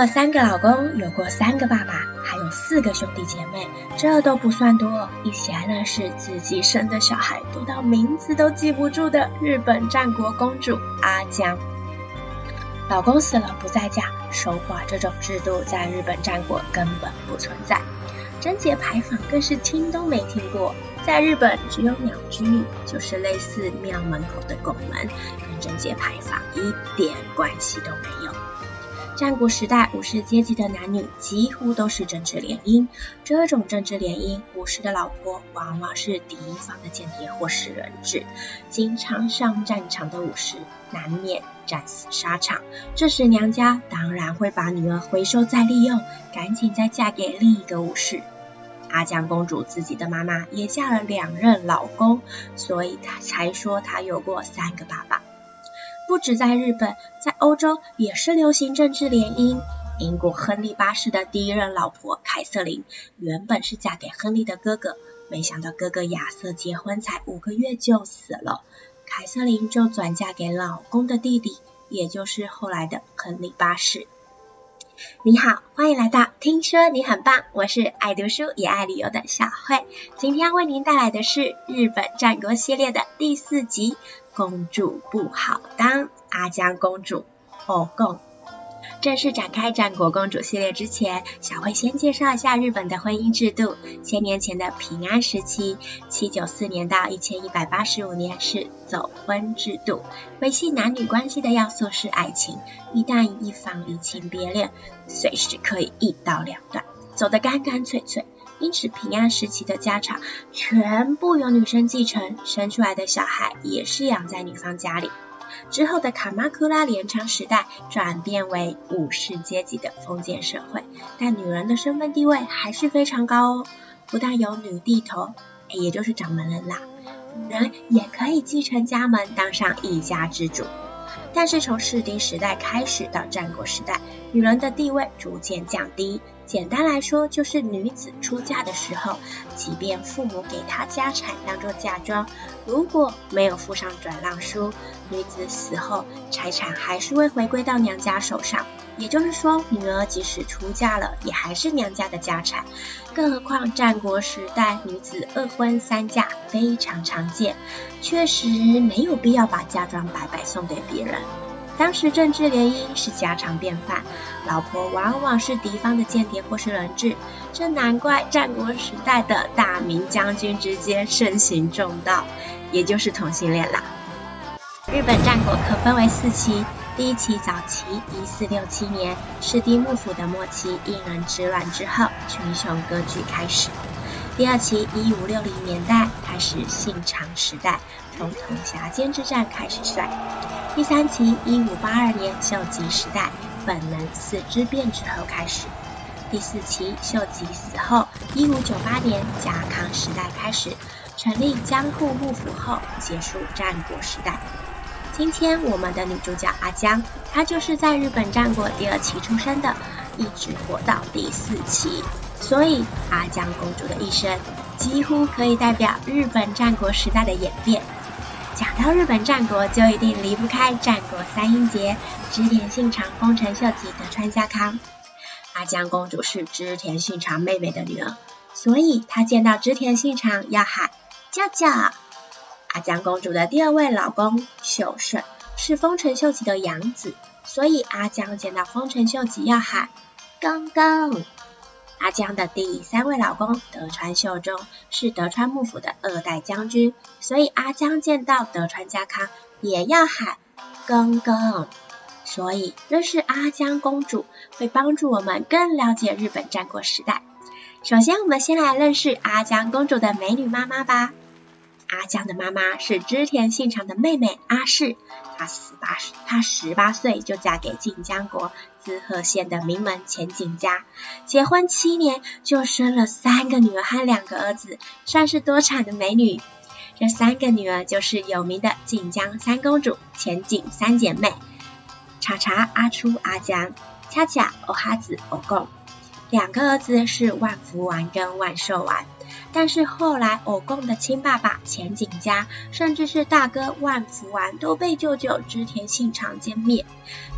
3个老公，有过3个爸爸，还有4个兄弟姐妹，这都不算多，一起来认识自己生的小孩多到名字都记不住的日本战国公主阿江。老公死了不再嫁，守寡这种制度在日本战国根本不存在，贞节牌坊更是听都没听过。在日本只有鸟居里，就是类似庙门口的拱门，跟贞节牌坊一点关系都没有。战国时代武士阶级的男女几乎都是政治联姻，这种政治联姻，武士的老婆往往是敌方的间谍或是人质，经常上战场的武士难免战死沙场，这时娘家当然会把女儿回收再利用，赶紧再嫁给另一个武士。阿江公主自己的妈妈也嫁了2任老公，所以她才说她有过3个爸爸。不止在日本，在欧洲也是流行政治联姻。英国亨利8世的第1任老婆凯瑟琳原本是嫁给亨利的哥哥，没想到哥哥亚瑟结婚才5个月就死了，凯瑟琳就转嫁给老公的弟弟，也就是后来的亨利8世。你好，欢迎来到听说你很棒，我是爱读书也爱旅游的小慧。今天为您带来的是日本战国系列的第4集，公主不好当，阿江公主后宫。正式展开战国公主系列之前，小慧先介绍一下日本的婚姻制度。1000年前的平安时期，794年到1185年是走婚制度，维系男女关系的要素是爱情，一旦一方移情别恋，随时可以1刀2断，走得干干脆脆。因此平安时期的家产全部由女生继承，生出来的小孩也是养在女方家里。之后的卡马库拉镰仓时代转变为武士阶级的封建社会，但女人的身份地位还是非常高哦，不但有女地头，也就是掌门人啦，女人也可以继承家门，当上一家之主。但是从室町时代开始到战国时代，女人的地位逐渐降低。简单来说，就是女子出嫁的时候，即便父母给她家产当作嫁妆，如果没有附上转让书，女子死后财产还是会回归到娘家手上。也就是说，女儿即使出嫁了，也还是娘家的家产。更何况战国时代女子2婚3嫁非常常见，确实没有必要把嫁妆白白送给别人。当时政治联姻是家常便饭，老婆往往是敌方的间谍或是人质，这难怪战国时代的大名将军之间盛行重道，也就是同性恋啦。日本战国可分为4期，第1期早期1467年，室町幕府的末期，应人之乱之后，群雄割据开始。第2期1560年代开始信长时代，从统辖间之战开始算。第3期1582年秀吉时代，本能寺之变之后开始。第4期秀吉死后1598年家康时代开始，成立江户幕府后结束战国时代。今天我们的女主角阿江，她就是在日本战国第2期出生的，一直活到第4期，所以阿江公主的一生几乎可以代表日本战国时代的演变。讲到日本战国，就一定离不开战国3英杰：织田信长、丰臣秀吉、德川家康。阿江公主是织田信长妹妹的女儿，所以她见到织田信长要喊舅舅。阿江公主的第2位老公秀顺是丰臣秀吉的养子，所以阿江见到丰臣秀吉要喊公公。阿江的第3位老公德川秀忠是德川幕府的2代将军，所以阿江见到德川家康也要喊公公。所以认识阿江公主会帮助我们更了解日本战国时代。首先我们先来认识阿江公主的美女妈妈吧。阿江的妈妈是织田信长的妹妹阿市，她18岁就嫁给近江国滋贺县的名门前景家，结婚7年就生了3个女儿和2个儿子，算是多产的美女。这3个女儿就是有名的近江3公主、前景3姐妹，茶茶、阿初、阿江、恰恰、欧哈子、欧贡。2个儿子是万福丸跟万寿丸。但是后来偶贡的亲爸爸前景家，甚至是大哥万福丸都被舅舅织田信长歼灭。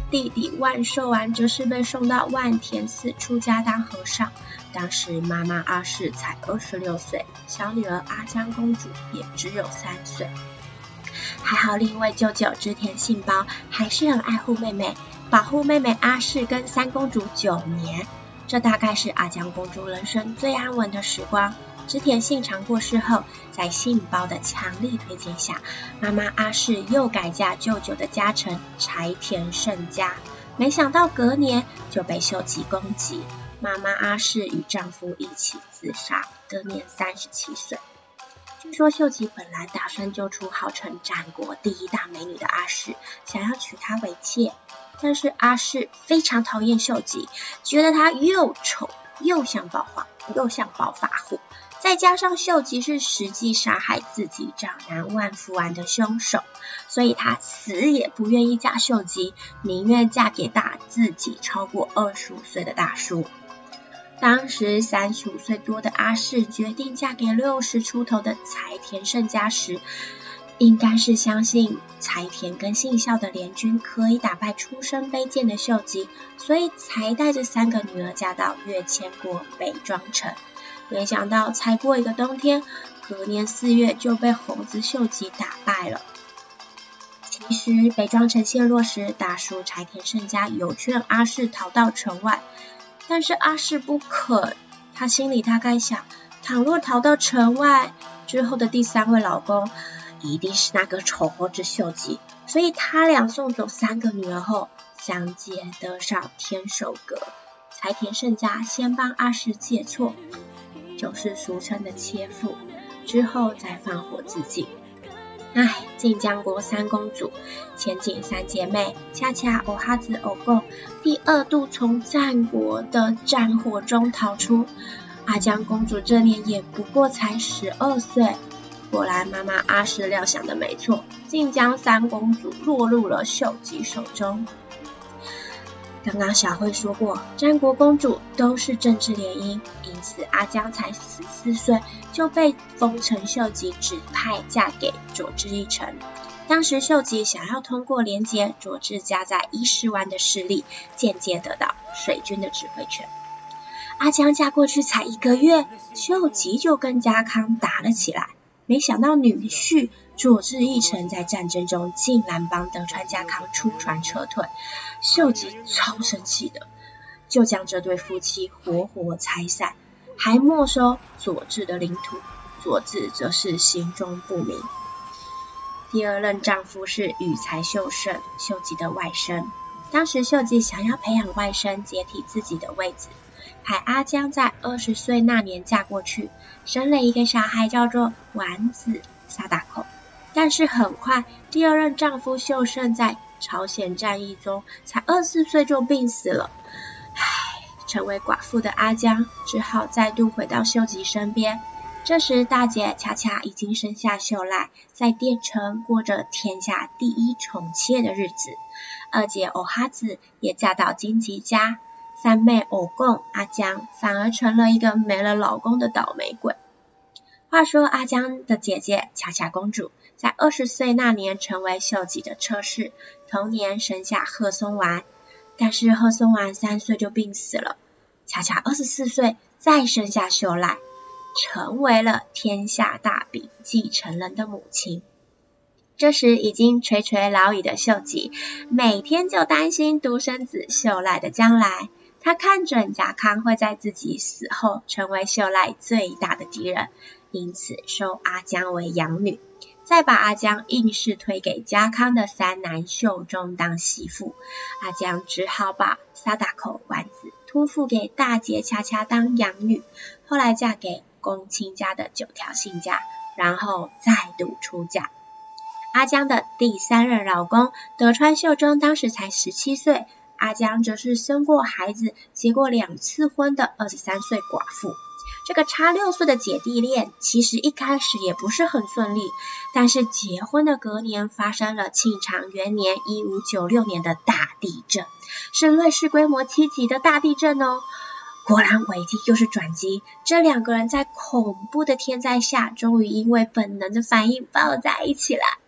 弟弟万寿庵则是被送到万田寺出家当和尚。当时妈妈阿氏才26岁，小女儿阿江公主也只有3岁。还好另一位舅舅织田信包还是很爱护妹妹，保护妹妹阿氏跟三公主9年。这大概是阿江公主人生最安稳的时光。织田信长过世后，在信包的强力推荐下，妈妈阿氏又改嫁舅舅的家臣柴田胜家。没想到隔年就被秀吉攻击，妈妈阿氏与丈夫一起自杀，得年37岁。据说秀吉本来打算救出号称战国第一大美女的阿氏，想要娶她为妾，但是阿氏非常讨厌秀吉，觉得她又丑又像暴发户，再加上秀吉是实际杀害自己长男万福丸的凶手，所以她死也不愿意嫁秀吉，宁愿嫁给大自己超过25岁的大叔。当时35岁多的阿氏决定嫁给60出头的柴田胜家时，应该是相信柴田跟信孝的联军可以打败出身卑贱的秀吉，所以才带着3个女儿嫁到越前国北庄城。没想到才过一个冬天，隔年4月就被猴子秀吉打败了。其实北庄城陷落时，大叔柴田胜家有劝阿氏逃到城外，但是阿氏不肯。她心里大概想，倘若逃到城外，之后的第3位老公一定是那个丑猴子秀吉，所以他俩送走3个女儿后，相继得上天守阁。柴田胜家先帮阿氏借错，就是俗称的切腹，之后再放火自尽。晋江国3公主、前景3姐妹恰恰、欧哈子、欧贡第2度从战国的战火中逃出。阿江公主这年也不过才12岁。果然妈妈阿氏料想的没错，晋江3公主落入了秀吉手中。刚刚小慧说过，战国公主都是政治联姻，因此阿江才14岁就被丰臣秀吉指派嫁给佐治义成。当时秀吉想要通过连结佐治家在伊势湾的势力，间接得到水军的指挥权。阿江嫁过去才1个月，秀吉就跟家康打了起来。没想到女婿佐治义成在战争中竟然帮德川家康出船撤退，秀吉超生气的，就将这对夫妻活活拆散，还没收佐治的领土。佐治则是行踪不明。第2任丈夫是羽柴秀胜，秀吉的外甥。当时秀吉想要培养外甥接替自己的位置，派阿江在20岁那年嫁过去，生了一个小孩叫做丸子萨达口。但是很快第2任丈夫秀胜在朝鲜战役中才24岁就病死了。成为寡妇的阿江只好再度回到秀吉身边。这时大姐恰恰已经生下秀赖，在殿城过着天下第一宠妾的日子。2姐欧哈子也嫁到金吉家，3妹欧贡、阿江反而成了一个没了老公的倒霉鬼。话说阿江的姐姐恰恰公主在20岁那年成为秀吉的侧室，同年生下贺松丸，但是贺松丸3岁就病死了。恰恰24岁再生下秀赖，成为了天下大柄继承人的母亲。这时已经垂垂老矣的秀吉每天就担心独生子秀赖的将来，他看准家康会在自己死后成为秀赖最大的敌人，因此收阿江为养女，再把阿江硬是推给家康的3男秀忠当媳妇。阿江只好把萨达口丸子托付给大姐恰恰当养女，后来嫁给公亲家的9条亲家，然后再度出嫁。阿江的第3任老公德川秀忠当时才17岁，阿江则是生过孩子、结过2次婚的23岁寡妇。这个差6岁的姐弟恋其实一开始也不是很顺利，但是结婚的隔年发生了庆长元年1596年的大地震，是瑞士规模7级的大地震哦。果然危机就是转机，这2个人在恐怖的天灾下终于因为本能的反应抱在一起了。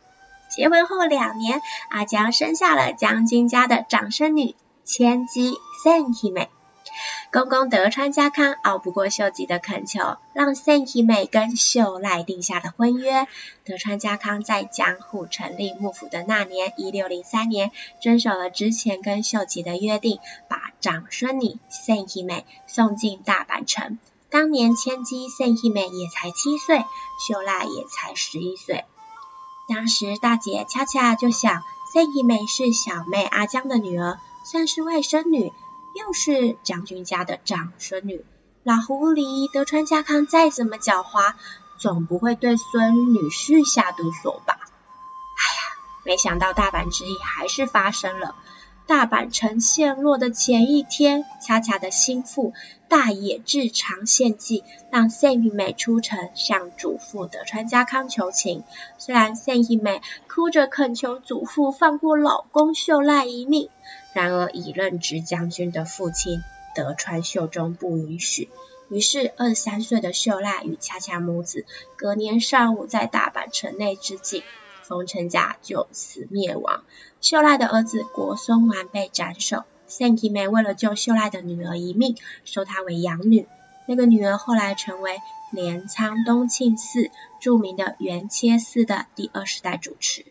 结婚后2年，阿江生下了将军家的长孙女千姬圣希美。公公德川家康熬不过秀吉的恳求，让圣希美跟秀赖定下了婚约。德川家康在江户成立幕府的那年1603年，遵守了之前跟秀吉的约定，把长孙女圣希美送进大阪城。当年千姬圣希美也才7岁，秀赖也才11岁。当时大姐恰恰就想，圣希美是小妹阿江的女儿，算是外甥女，又是将军家的长孙女，老狐狸德川家康再怎么狡猾，总不会对孙女婿下毒手吧？没想到大阪之役还是发生了。大阪城陷落的前一天，恰恰的心腹大野志长献计，让圣希美出城向祖父德川家康求情。虽然圣希美哭着恳求祖父放过老公秀赖一命，然而已任职将军的父亲德川秀忠不允许。于是23岁的秀赖与恰恰母子隔年上午在大阪城内之际，丰臣家就此灭亡。秀赖的儿子国松丸被斩首，圣希美为了救秀赖的女儿一命，收她为养女。那个女儿后来成为镰仓东庆寺著名的圆切寺的第20代住持。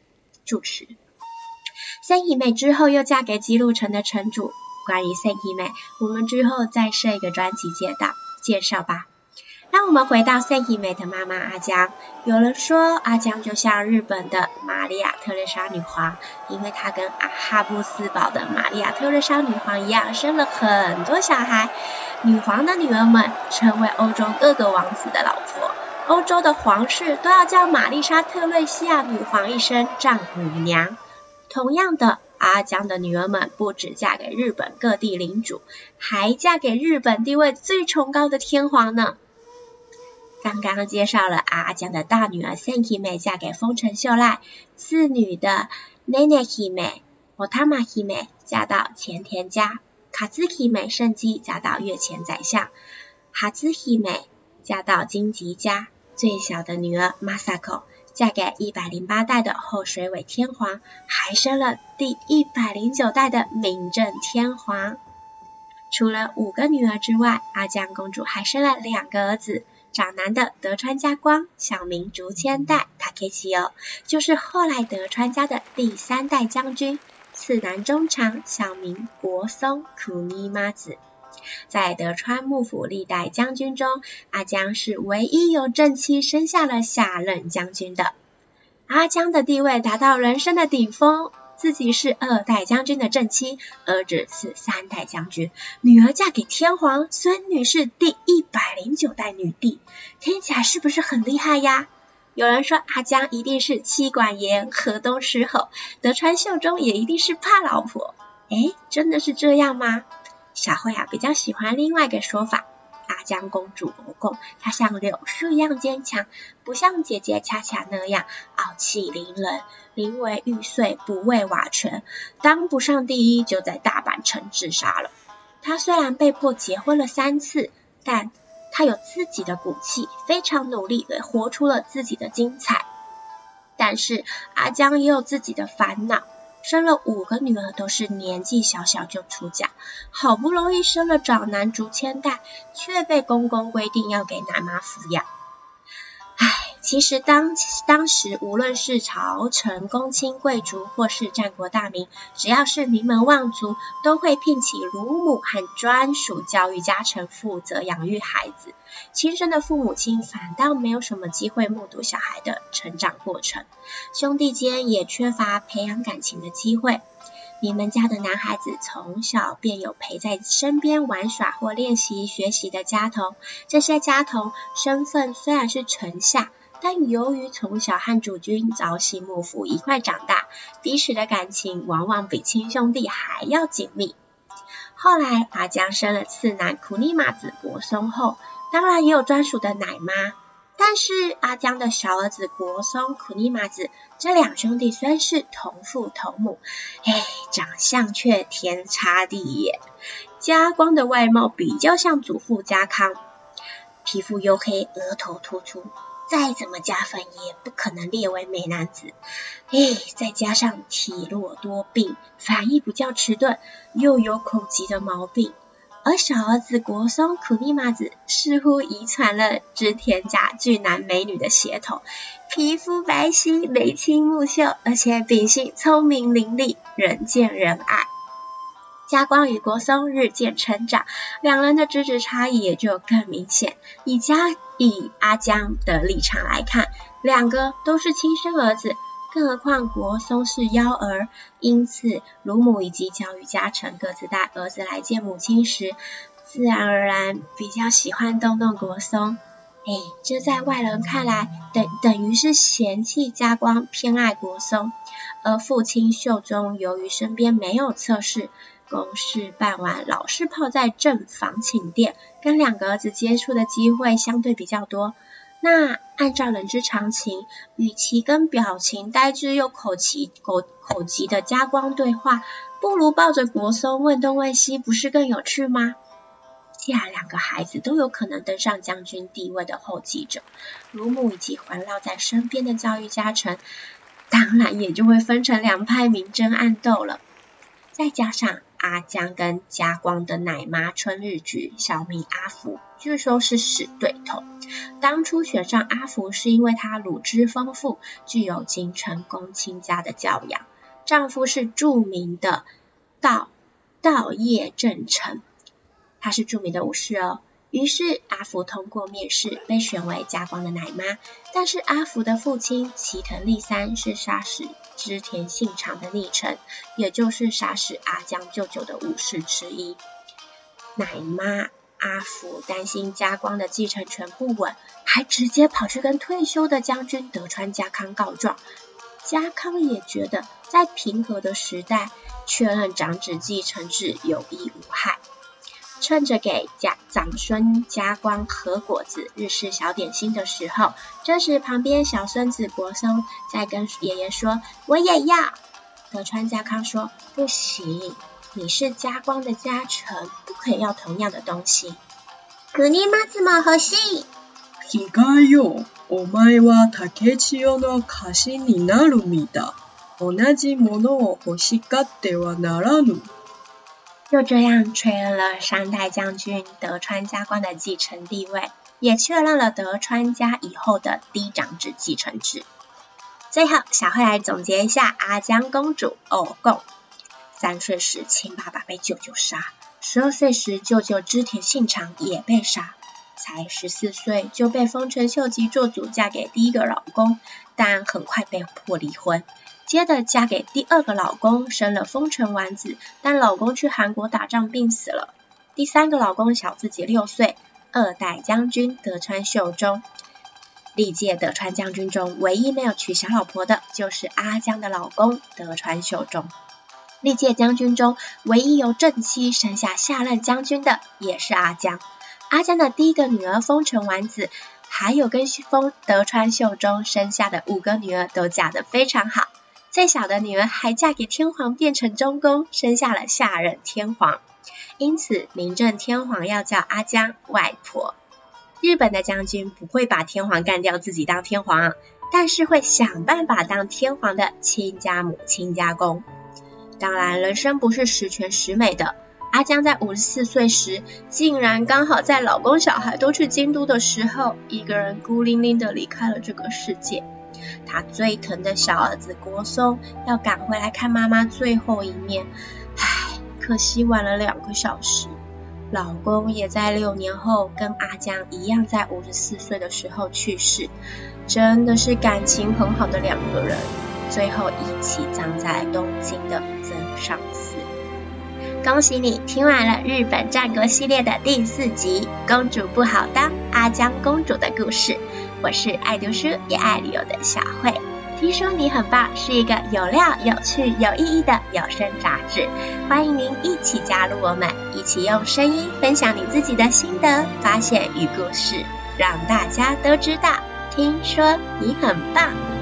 圣希美之后又嫁给姬路城的城主。关于圣希美，我们之后再设一个专辑介绍吧。让我们回到圣希美的妈妈阿江。有人说阿江就像日本的玛利亚特蕾莎女皇，因为她跟哈布斯堡的玛利亚特蕾莎女皇一样，生了很多小孩。女皇的女儿们成为欧洲各个王子的老婆，欧洲的皇室都要叫玛丽莎特蕾西亚女皇一声丈母娘。同样的，阿江的女儿们不只嫁给日本各地领主，还嫁给日本地位最崇高的天皇呢。刚刚介绍了阿江的大女儿圣希美嫁给丰臣秀赖，次女的奈奈希美、奥塔玛希美嫁到前田家，卡兹希美圣姬嫁到越前宰相，哈兹希美嫁到金吉家，最小的女儿玛萨口嫁给108代的后水尾天皇，还生了第109代的明正天皇。除了5个女儿之外，阿江公主还生了2个儿子。长男的德川家光，小名竹千代 Takeshi， 就是后来德川家的第3代将军。次男中长，小名国松 Kunimazu。在德川幕府历代将军中，阿江是唯一有正妻生下了下任将军的。阿江的地位达到人生的顶峰，自己是2代将军的正妻，儿子是3代将军，女儿嫁给天皇，孙女是第109代女帝，听起来是不是很厉害呀？有人说阿江一定是妻管严，河东狮吼，德川秀忠也一定是怕老婆。真的是这样吗？小慧比较喜欢另外一个说法。阿江公主国共，她像柳树一样坚强，不像姐姐恰恰那样傲气凌人，临危玉碎不畏瓦全，当不上第一就在大阪城自杀了。她虽然被迫结婚了3次，但她有自己的骨气，非常努力地活出了自己的精彩。但是阿江也有自己的烦恼，生了5个女儿，都是年纪小小就出嫁，好不容易生了长男竹千代，却被公公规定要给奶妈抚养。其实当时无论是朝臣公卿贵族，或是战国大名，只要是名门望族，都会聘请乳母和专属教育家臣负责养育孩子。亲生的父母亲反倒没有什么机会目睹小孩的成长过程，兄弟间也缺乏培养感情的机会。你们家的男孩子从小便有陪在身边玩耍或练习学习的家童，这些家童身份虽然是臣下，但由于从小和主君朝夕幕府一块长大，彼此的感情往往比亲兄弟还要紧密。后来阿江生了次男苦尼马子国松后，当然也有专属的奶妈。但是阿江的小儿子国松、苦尼马子这2兄弟虽是同父同母，长相却天差地远。家光的外貌比较像祖父家康，皮肤黝黑，额头突出； 再怎么加分也不可能列为美男子。再加上体弱多病，反应比较迟钝，又有口疾的毛病。而小儿子国松苦力麻子似乎遗传了织田家俊男美女的血统，皮肤白皙，眉清目秀，而且秉性聪明伶俐，人见人爱。家光与国松日渐成长，两人的资质差异也就更明显。以阿江的立场来看，两个都是亲生儿子，更何况国松是幺儿，因此乳母以及角羽家臣各自带儿子来见母亲时，自然而然比较喜欢动动国松。这在外人看来等于是嫌弃家光偏爱国松，而父亲秀忠由于身边没有侧室，公事办完老是泡在正房寝殿，跟两个儿子接触的机会相对比较多。那按照人之常情，与其跟表情呆滞又口疾的家光对话，不如抱着国松问东问西，不是更有趣吗？既然两个孩子都有可能登上将军地位的后继者，乳母以及环绕在身边的教育家臣，当然也就会分成两派明争暗斗了。再加上阿江跟家光的奶妈春日局小名阿福，据说是死对头。当初选上阿福是因为她乳汁丰富，具有京城公卿家的教养，丈夫是著名的道业正成，他是著名的武士哦。于是阿福通过面试被选为家光的奶妈，但是阿福的父亲齐藤利三是杀死织田信长的逆臣，也就是杀死阿江舅舅的武士之一。奶妈阿福担心家光的继承权不稳，还直接跑去跟退休的将军德川家康告状。家康也觉得在平和的时代，确认长子继承制有益无害。趁着给长孙家光和果子日式小点心的时候，这时旁边小孙子国松在跟爷爷说我也要。德川家康说不行，你是家光的家臣，不可以要同样的东西。苦力麻子も欲しい。 違うよ。お前は竹千代の家臣になる身だ。同じものを欲しがってはならぬ。 就这样确认了三代将军德川家光的继承地位，也确认了德川家以后的嫡长子继承制。最后，小慧来总结一下阿江公主偶贡。3岁时亲爸爸被舅舅杀，12岁时舅舅织田信长也被杀，才14岁就被丰臣秀吉做主嫁给第一个老公，但很快被迫离婚。接着嫁给第二个老公，生了丰臣丸子，但老公去韩国打仗病死了。第三个老公小自己6岁，2代将军德川秀忠。历届德川将军中唯一没有娶小老婆的就是阿江的老公德川秀忠。历届将军中唯一由正妻生下下任将军的也是阿江。阿江的第一个女儿丰臣丸子，还有跟德川秀忠生下的5个女儿都嫁得非常好。最小的女儿还嫁给天皇变成中宫，生下了下任天皇，因此明正天皇要叫阿江外婆。日本的将军不会把天皇干掉自己当天皇，但是会想办法当天皇的亲家母亲家公。当然人生不是十全十美的，阿江在54岁时，竟然刚好在老公小孩都去京都的时候，一个人孤零零的离开了这个世界。他最疼的小儿子国松要赶回来看妈妈最后一面，可惜晚了2个小时。老公也在6年后跟阿江一样，在54岁的时候去世。真的是感情很好的2个人，最后一起葬在东京的增上寺。恭喜你听完了日本战国系列的第4集《公主不好当》阿江公主的故事。我是爱读书也爱旅游的小慧。听说你很棒是一个有料、有趣、有意义的有声杂志，欢迎您一起加入我们，一起用声音分享你自己的心得、发现与故事，让大家都知道听说你很棒。